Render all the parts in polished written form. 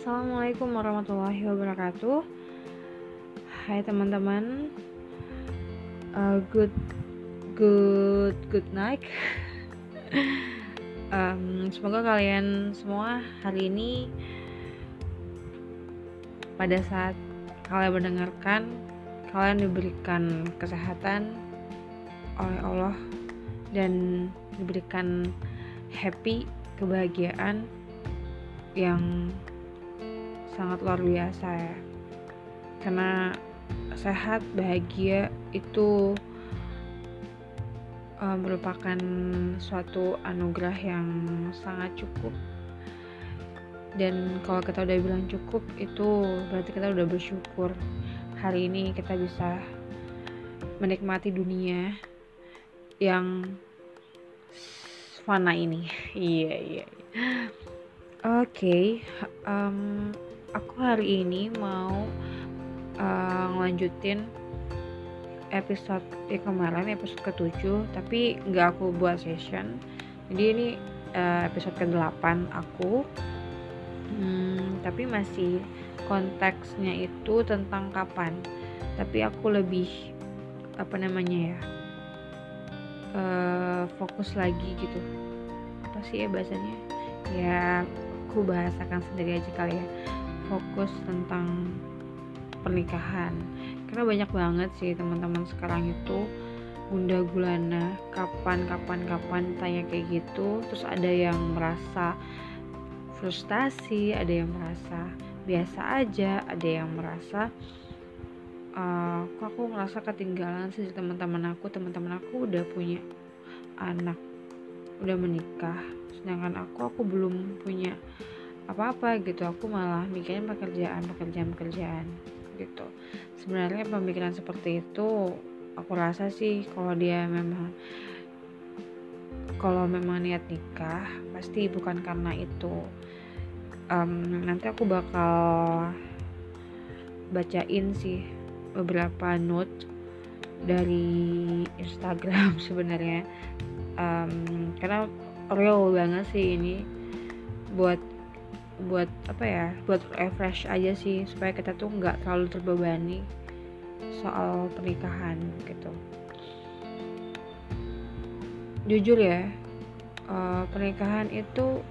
Assalamualaikum warahmatullahi wabarakatuh. Hai teman-teman, good night. Semoga kalian semua hari ini pada saat kalian mendengarkan, kalian diberikan kesehatan oleh Allah dan diberikan happy, kebahagiaan yang sangat luar biasa ya. Karena sehat, bahagia itu merupakan suatu anugerah yang sangat cukup. Dan kalau kita udah bilang cukup, itu berarti kita udah bersyukur hari ini kita bisa menikmati dunia yang fana ini. Iya. Oke. Aku hari ini mau ngelanjutin episode kemarin, episode ke-7, tapi nggak aku buat session. Jadi ini episode ke-8 aku, tapi masih konteksnya itu tentang kapan. Tapi aku lebih fokus lagi gitu. Apa sih ya bahasanya? Ya aku bahasakan sendiri aja kali ya. Fokus tentang pernikahan, karena banyak banget sih teman-teman sekarang itu gundah gulana kapan tanya kayak gitu. Terus ada yang merasa frustasi, ada yang merasa biasa aja, ada yang merasa kok aku merasa ketinggalan sih teman-teman aku udah punya anak, udah menikah, sedangkan aku belum punya apa-apa gitu. Aku malah mikirin pekerjaan gitu. Sebenarnya pemikiran seperti itu aku rasa sih kalau memang niat nikah pasti bukan karena itu. Nanti aku bakal bacain sih beberapa note dari Instagram sebenarnya, karena real banget sih ini, buat refresh aja sih, supaya kita tuh nggak terlalu terbebani soal pernikahan gitu. Jujur ya, pernikahan itu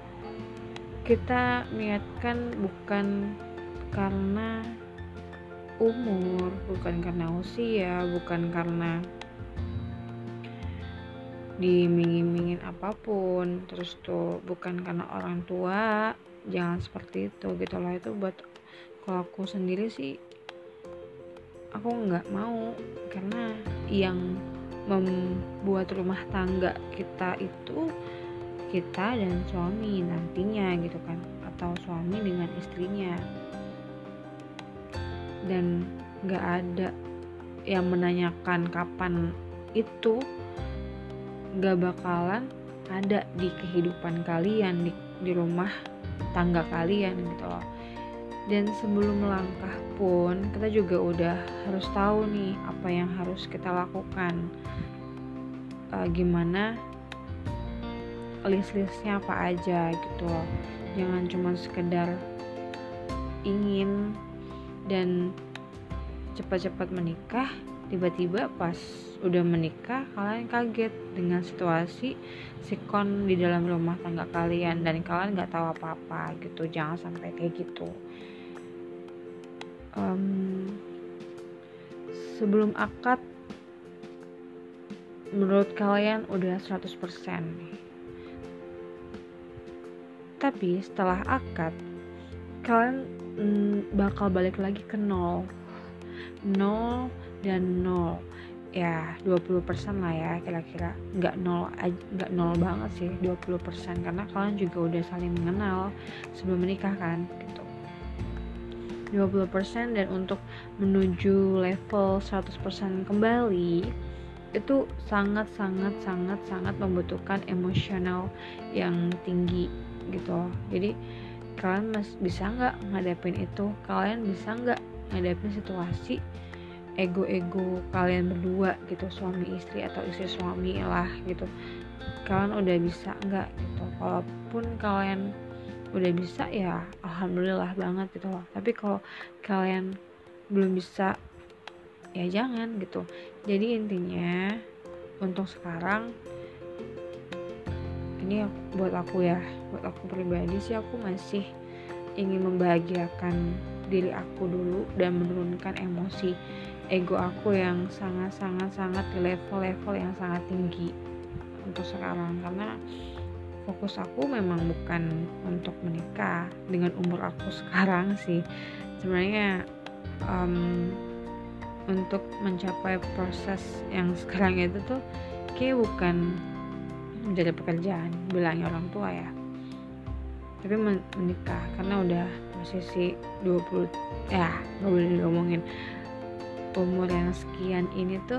kita niatkan bukan karena umur, bukan karena usia, bukan karena diiming-imingin apapun, terus tuh bukan karena orang tua. Jangan seperti itu gitu loh. Itu buat kalau aku sendiri sih, aku nggak mau, karena yang membuat rumah tangga kita itu kita dan suami nantinya gitu kan, atau suami dengan istrinya. Dan nggak ada yang menanyakan kapan itu, nggak bakalan ada di kehidupan kalian, di rumah tangga kalian gitu loh. Dan sebelum melangkah pun kita juga udah harus tahu nih apa yang harus kita lakukan, gimana list-listnya apa aja gitu loh. Jangan cuma sekedar ingin dan cepat-cepat menikah, tiba-tiba pas udah menikah kalian kaget dengan situasi sikon di dalam rumah tangga kalian dan kalian nggak tahu apa-apa gitu. Jangan sampai kayak gitu. Sebelum akad, menurut kalian udah 100%, tapi setelah akad kalian bakal balik lagi ke nol dan nol. Ya 20% lah ya kira-kira, nggak nol banget sih, 20%, karena kalian juga udah saling mengenal sebelum menikah kan gitu. 20%. Dan untuk menuju level 100% kembali itu sangat membutuhkan emosional yang tinggi gitu. Jadi kalian bisa nggak ngadepin itu? Kalian bisa nggak ngadepin situasi ego kalian berdua gitu, suami istri atau istri suami lah gitu? Kalian udah bisa nggak gitu? Kalaupun kalian udah bisa ya alhamdulillah banget gitu loh. Tapi kalau kalian belum bisa ya jangan gitu. Jadi intinya untuk sekarang ini buat aku pribadi sih, aku masih ingin membahagiakan diri aku dulu dan menurunkan emosi ego aku yang sangat di level yang sangat tinggi untuk sekarang, karena fokus aku memang bukan untuk menikah dengan umur aku sekarang sih sebenarnya. Untuk mencapai proses yang sekarang itu tuh kayak bukan menjadi pekerjaan bilangnya orang tua ya, tapi menikah karena udah posisi 20 ya gak boleh ngomongin umur yang sekian ini tuh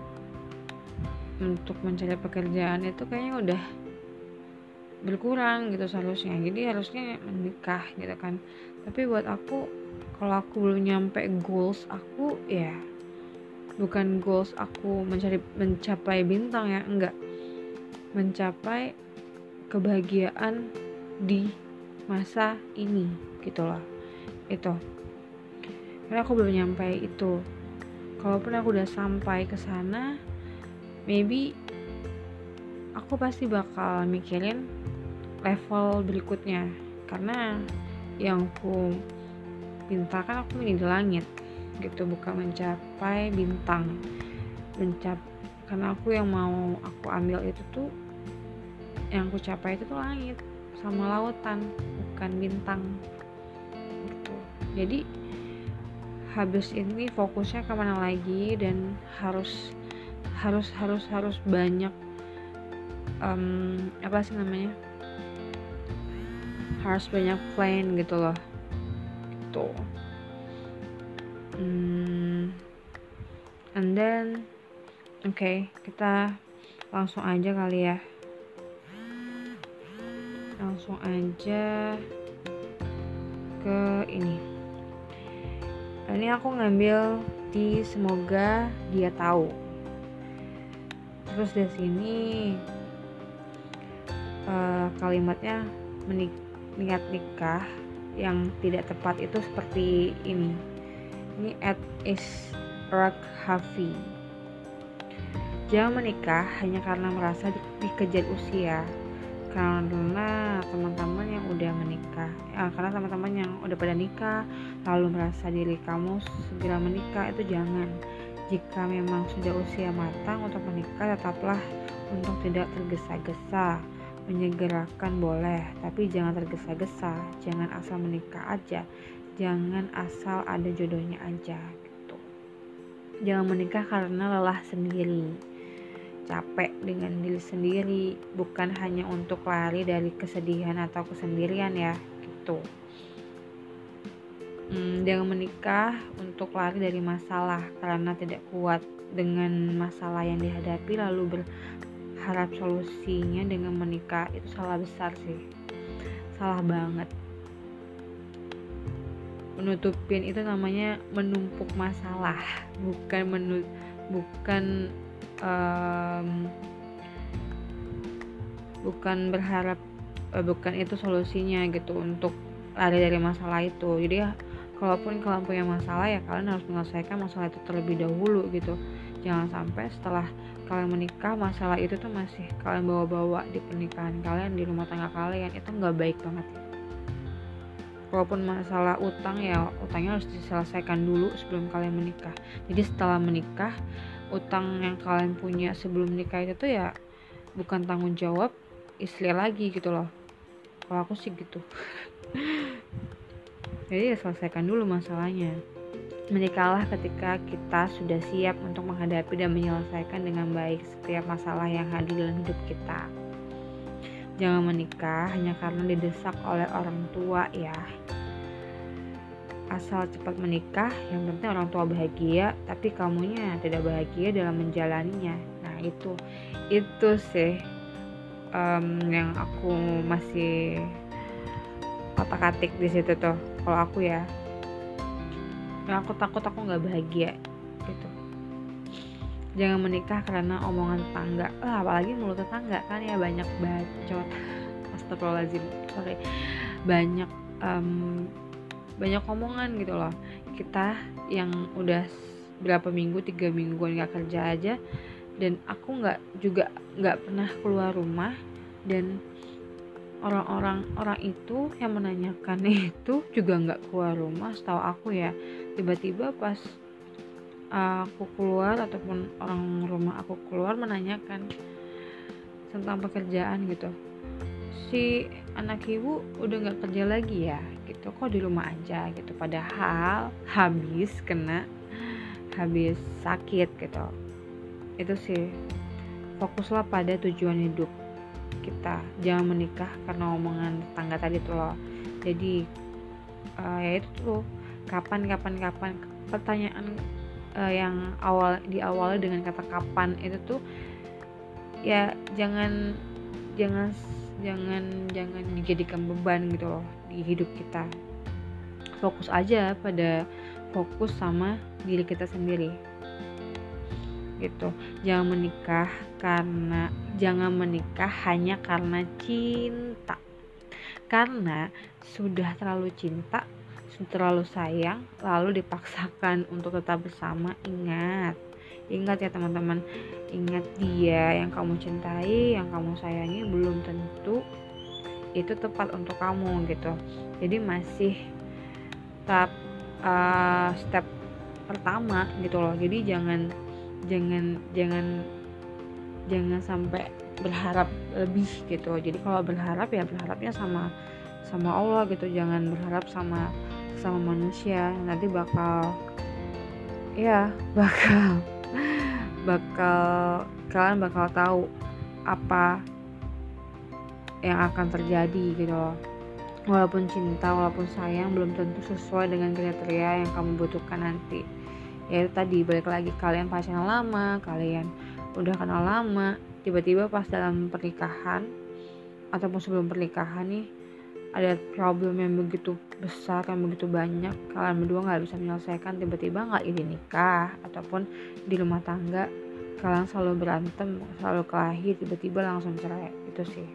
untuk mencari pekerjaan itu kayaknya udah berkurang gitu seharusnya, jadi harusnya menikah gitu kan. Tapi buat aku, kalau aku belum nyampe goals aku ya bukan goals aku mencapai bintang ya, enggak, mencapai kebahagiaan di masa ini gitu loh. Itu karena aku belum nyampe itu. Kalaupun aku udah sampai ke sana, maybe aku pasti bakal mikirin level berikutnya, karena yang aku pintakan aku ini di langit gitu, bukan mencapai bintang. Karena aku yang mau aku ambil itu tuh, yang aku capai itu tuh langit sama lautan, bukan bintang gitu. Jadi habis ini fokusnya kemana lagi, dan harus banyak harus banyak plan gitu loh gitu. And then kita langsung aja kali ya, langsung aja ke ini aku ngambil di semoga dia tahu. Terus di sini kalimatnya niat nikah yang tidak tepat itu seperti ini at Israk Hafi. Jangan menikah hanya karena merasa dikejar usia, karena teman-teman yang udah menikah, karena teman-teman yang udah pada nikah lalu merasa diri kamu segera menikah, itu jangan. Jika memang sudah usia matang untuk menikah, tetaplah untuk tidak tergesa-gesa. Menyegerakan boleh, tapi jangan tergesa-gesa. Jangan asal menikah aja, jangan asal ada jodohnya aja gitu. Jangan menikah karena lelah sendiri, capek dengan diri sendiri, bukan hanya untuk lari dari kesedihan atau kesendirian ya gitu. Jangan menikah untuk lari dari masalah karena tidak kuat dengan masalah yang dihadapi lalu berharap solusinya dengan menikah. Itu salah besar sih, salah banget. Menutupin itu namanya menumpuk masalah, bukan berharap, bukan itu solusinya gitu untuk lari dari masalah itu. Jadi kalaupun kalian punya masalah ya kalian harus menyelesaikan masalah itu terlebih dahulu gitu. Jangan sampai setelah kalian menikah masalah itu tuh masih kalian bawa-bawa di pernikahan kalian, di rumah tangga kalian. Itu nggak baik banget. Kalaupun masalah utang ya utangnya harus diselesaikan dulu sebelum kalian menikah. Jadi setelah menikah, utang yang kalian punya sebelum menikah itu tuh ya bukan tanggung jawab istri lagi gitu loh. Kalau aku sih gitu. Jadi ya selesaikan dulu masalahnya. Menikahlah ketika kita sudah siap untuk menghadapi dan menyelesaikan dengan baik setiap masalah yang hadir dalam hidup kita. Jangan menikah hanya karena didesak oleh orang tua ya. Asal cepat menikah, yang penting orang tua bahagia, tapi kamunya tidak bahagia dalam menjalaninya. Nah itu sih yang aku masih otak-atik di situ tuh. Kalau aku ya, aku takut aku nggak bahagia gitu. Jangan menikah karena omongan tetangga, apalagi mulut tetangga kan ya banyak bacot. astagfirullahaladzim, sorry, banyak banyak omongan gitu loh. Kita yang udah berapa minggu, 3 mingguan gak kerja aja, dan aku nggak pernah keluar rumah, dan orang itu yang menanyakan itu juga nggak keluar rumah setahu aku ya. Tiba-tiba pas aku keluar ataupun orang rumah aku keluar menanyakan tentang pekerjaan gitu, si anak ibu udah nggak kerja lagi ya gitu, kok di rumah aja gitu, padahal habis sakit gitu. Itu sih, fokuslah pada tujuan hidup kita, jangan menikah karena omongan tetangga tadi tuh loh. Jadi ya itu tuh, kapan pertanyaan yang diawali dengan kata kapan itu tuh ya jangan dijadikan beban gitu loh di hidup kita. Fokus sama diri kita sendiri gitu. Jangan menikah hanya karena cinta, karena sudah terlalu cinta, sudah terlalu sayang, lalu dipaksakan untuk tetap bersama. Ingat ya teman-teman, ingat, dia yang kamu cintai, yang kamu sayangi belum tentu itu tepat untuk kamu gitu. Jadi masih step pertama gitu loh. Jadi jangan sampai berharap lebih gitu. Jadi kalau berharap ya berharapnya sama Allah gitu, jangan berharap sama manusia. Nanti kalian bakal tahu apa yang akan terjadi gitu loh. Walaupun cinta, walaupun sayang, belum tentu sesuai dengan kriteria yang kamu butuhkan nanti. Ya itu tadi, balik lagi, kalian pacaran lama, kalian udah kenal lama, tiba-tiba pas dalam pernikahan ataupun sebelum pernikahan nih ada problem yang begitu besar, yang begitu banyak, kalian berdua nggak bisa menyelesaikan, tiba-tiba nggak ini nikah, ataupun di rumah tangga kalian selalu berantem, selalu kelahi, tiba-tiba langsung cerai. Itu sih.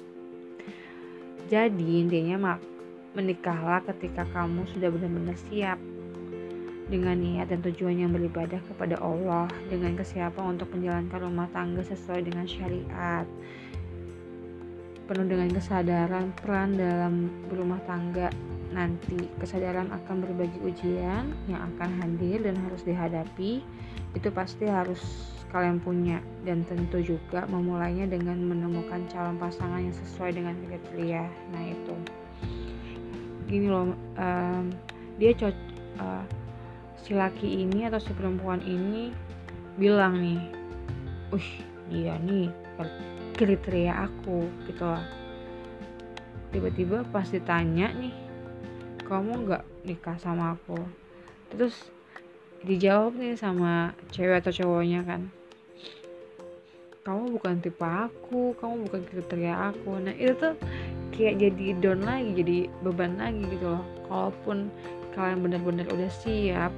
Jadi intinya menikahlah ketika kamu sudah benar-benar siap, dengan niat dan tujuan yang beribadah kepada Allah, dengan kesiapan untuk menjalankan rumah tangga sesuai dengan syariat, penuh dengan kesadaran peran dalam berumah tangga. Nanti kesadaran akan berbagai ujian yang akan hadir dan harus dihadapi, itu pasti harus kalian punya, dan tentu juga memulainya dengan menemukan calon pasangan yang sesuai dengan kriteria. Nah itu gini loh, dia si laki ini atau si perempuan ini bilang nih, dia nih kriteria aku gitu lah. Tiba-tiba pas ditanya nih, kamu nggak nikah sama aku, terus dijawab nih sama cewek atau cowoknya kan, kamu bukan tipe aku, kamu bukan kriteria aku. Nah itu tuh kayak jadi down lagi, jadi beban lagi gitu loh. Kalaupun kalian benar-benar udah siap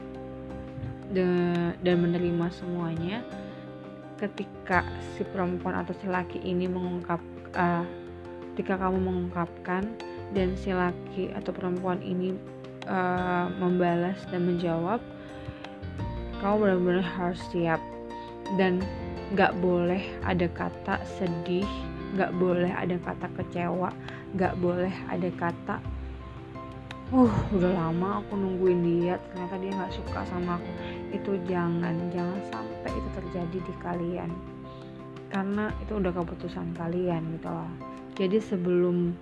dan menerima semuanya, ketika si perempuan atau si laki ini ketika kamu mengungkapkan dan si laki atau perempuan ini membalas dan menjawab, kamu benar-benar harus siap. Dan gak boleh ada kata sedih, gak boleh ada kata kecewa, gak boleh ada kata udah lama aku nungguin dia, ternyata dia gak suka sama aku. Itu jangan sampai itu terjadi di kalian, karena itu udah keputusan kalian gitu loh. Jadi sebelum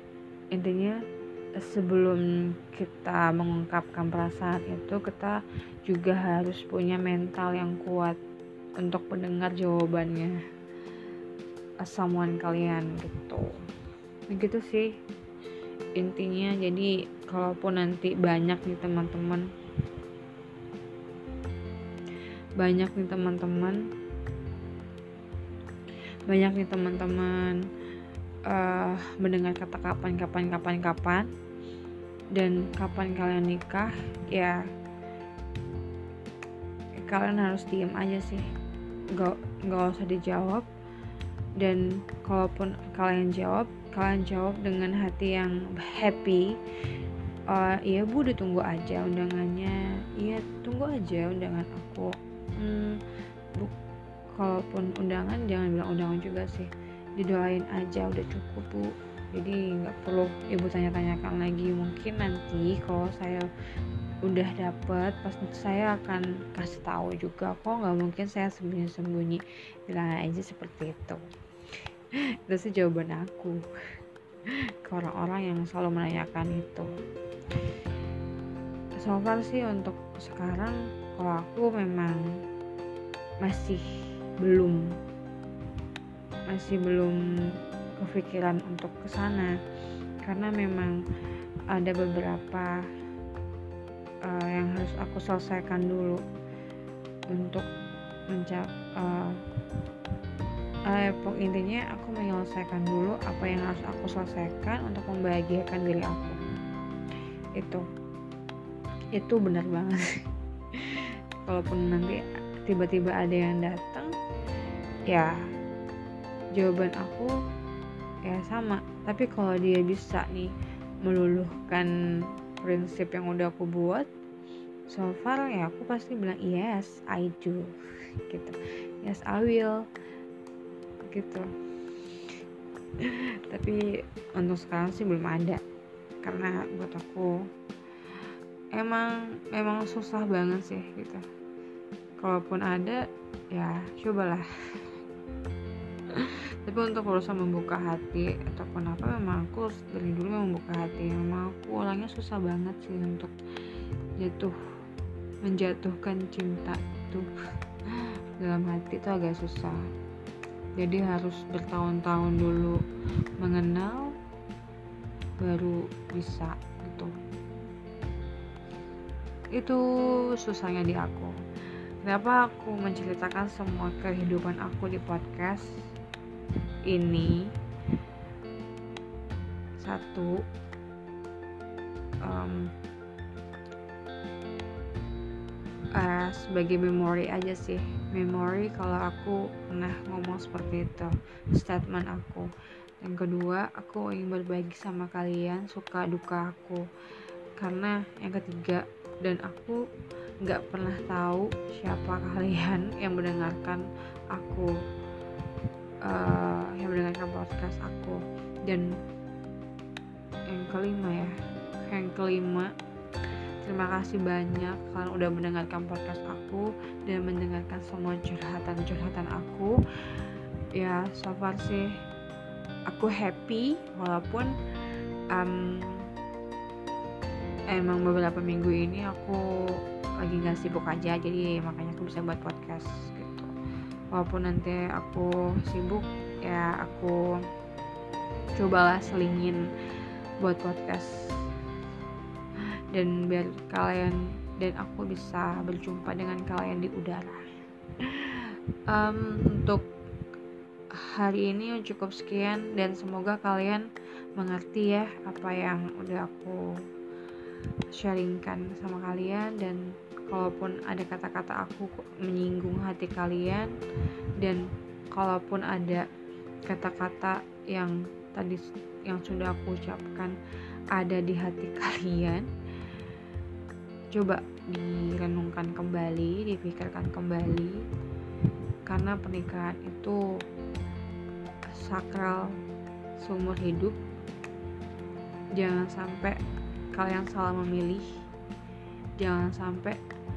kita mengungkapkan perasaan itu, kita juga harus punya mental yang kuat untuk mendengar jawabannya someone kalian gitu. Begitu sih intinya. Jadi kalaupun nanti banyak nih teman-teman mendengar kata kapan dan kapan kalian nikah, ya kalian harus diem aja sih, nggak usah dijawab, Dan kalaupun kalian jawab dengan hati yang happy. Iya bu, ditunggu aja undangannya. Iya, tunggu aja undangan aku. Bu, kalaupun undangan jangan bilang undangan juga sih, didoain aja udah cukup bu. Jadi nggak perlu ibu tanya-tanyakan lagi. Mungkin nanti kalau saya udah dapet, pas itu saya akan kasih tahu juga kok, nggak mungkin saya sembunyi-sembunyi, bilang aja seperti itu. Itu sih jawaban aku ke orang-orang yang selalu menanyakan itu. So far sih untuk sekarang kalau aku memang masih belum kepikiran untuk kesana, karena memang ada beberapa yang harus aku selesaikan dulu untuk intinya aku menyelesaikan dulu apa yang harus aku selesaikan untuk membahagiakan diri aku. Itu benar banget. Kalaupun nanti tiba-tiba ada yang datang, ya jawaban aku ya sama. Tapi kalau dia bisa nih meluluhkan prinsip yang udah aku buat so far, ya aku pasti bilang yes I do gitu, yes I will gitu. Tapi untuk sekarang sih belum ada, karena buat aku memang susah banget sih gitu. Kalaupun ada ya cobalah. Tapi untuk urusan membuka hati ataupun apa, memang aku dari dulu membuka hati. Memang aku orangnya susah banget sih untuk menjatuhkan cinta itu dalam hati itu agak susah. Jadi harus bertahun-tahun dulu mengenal baru bisa gitu. Itu susahnya di aku. Kenapa aku menceritakan semua kehidupan aku di podcast ini? Satu, sebagai memori aja sih. Memori kalau aku pernah ngomong seperti itu, statement aku. Yang kedua, aku ingin berbagi sama kalian suka duka aku. Karena yang ketiga, dan aku gak pernah tahu siapa kalian yang mendengarkan aku, yang mendengarkan podcast aku. Dan yang kelima, terima kasih banyak kalian udah mendengarkan podcast aku dan mendengarkan semua curhatan aku. Ya so far sih aku happy, walaupun emang beberapa minggu ini aku lagi gak sibuk aja, jadi makanya aku bisa buat podcast gitu. Walaupun nanti aku sibuk, ya aku cobalah selingin buat podcast, dan biar kalian dan aku bisa berjumpa dengan kalian di udara. Untuk hari ini cukup sekian, dan semoga kalian mengerti ya apa yang udah aku sharingkan sama kalian. Dan kalaupun ada kata-kata aku menyinggung hati kalian, dan kalaupun ada kata-kata yang tadi yang sudah aku ucapkan ada di hati kalian, coba direnungkan kembali, dipikirkan kembali, karena pernikahan itu sakral seumur hidup. Jangan sampai kalian salah memilih, jangan sampai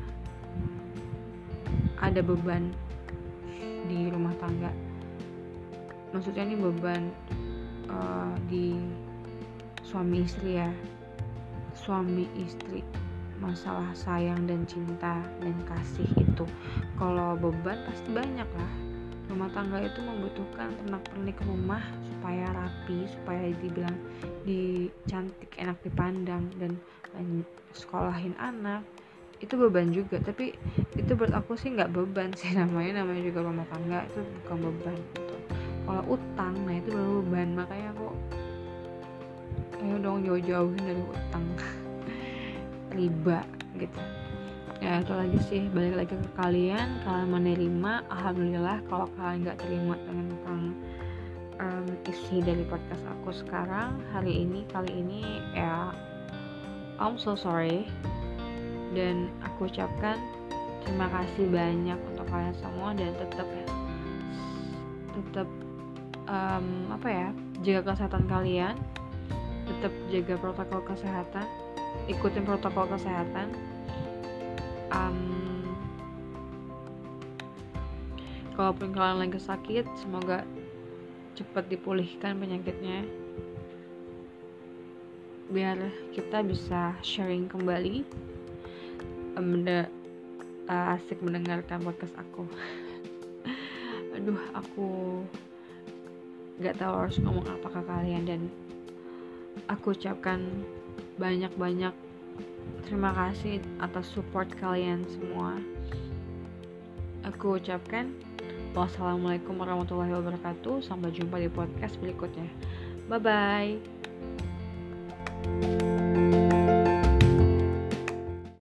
ada beban di rumah tangga. Maksudnya ini beban di suami istri ya, suami istri, masalah sayang dan cinta dan kasih itu. Kalau beban pasti banyak lah. Rumah tangga itu membutuhkan pernak-pernik rumah supaya rapi, supaya dibilang cantik, enak dipandang, dan sekolahin anak. Itu beban juga, tapi itu buat aku sih nggak beban sih, namanya juga rumah tangga, itu bukan beban gitu. Kalau utang, nah itu baru beban. Makanya aku ayo dong jauh-jauhin dari utang riba gitu. Ya itu lagi sih, balik lagi ke kalian menerima, alhamdulillah. Kalau kalian nggak terima dengan utang isi dari podcast aku sekarang kali ini ya, I'm so sorry, dan aku ucapkan terima kasih banyak untuk kalian semua, dan tetap jaga kesehatan kalian, tetap jaga protokol kesehatan, ikutin protokol kesehatan. Kalaupun kalian lagi sakit, semoga cepat dipulihkan penyakitnya, biar kita bisa sharing kembali. Asik mendengarkan podcast aku. Aduh, aku gak tahu harus ngomong apa ke kalian, dan aku ucapkan banyak-banyak terima kasih atas support kalian semua. Aku ucapkan wassalamualaikum warahmatullahi wabarakatuh. Sampai jumpa di podcast berikutnya. Bye bye.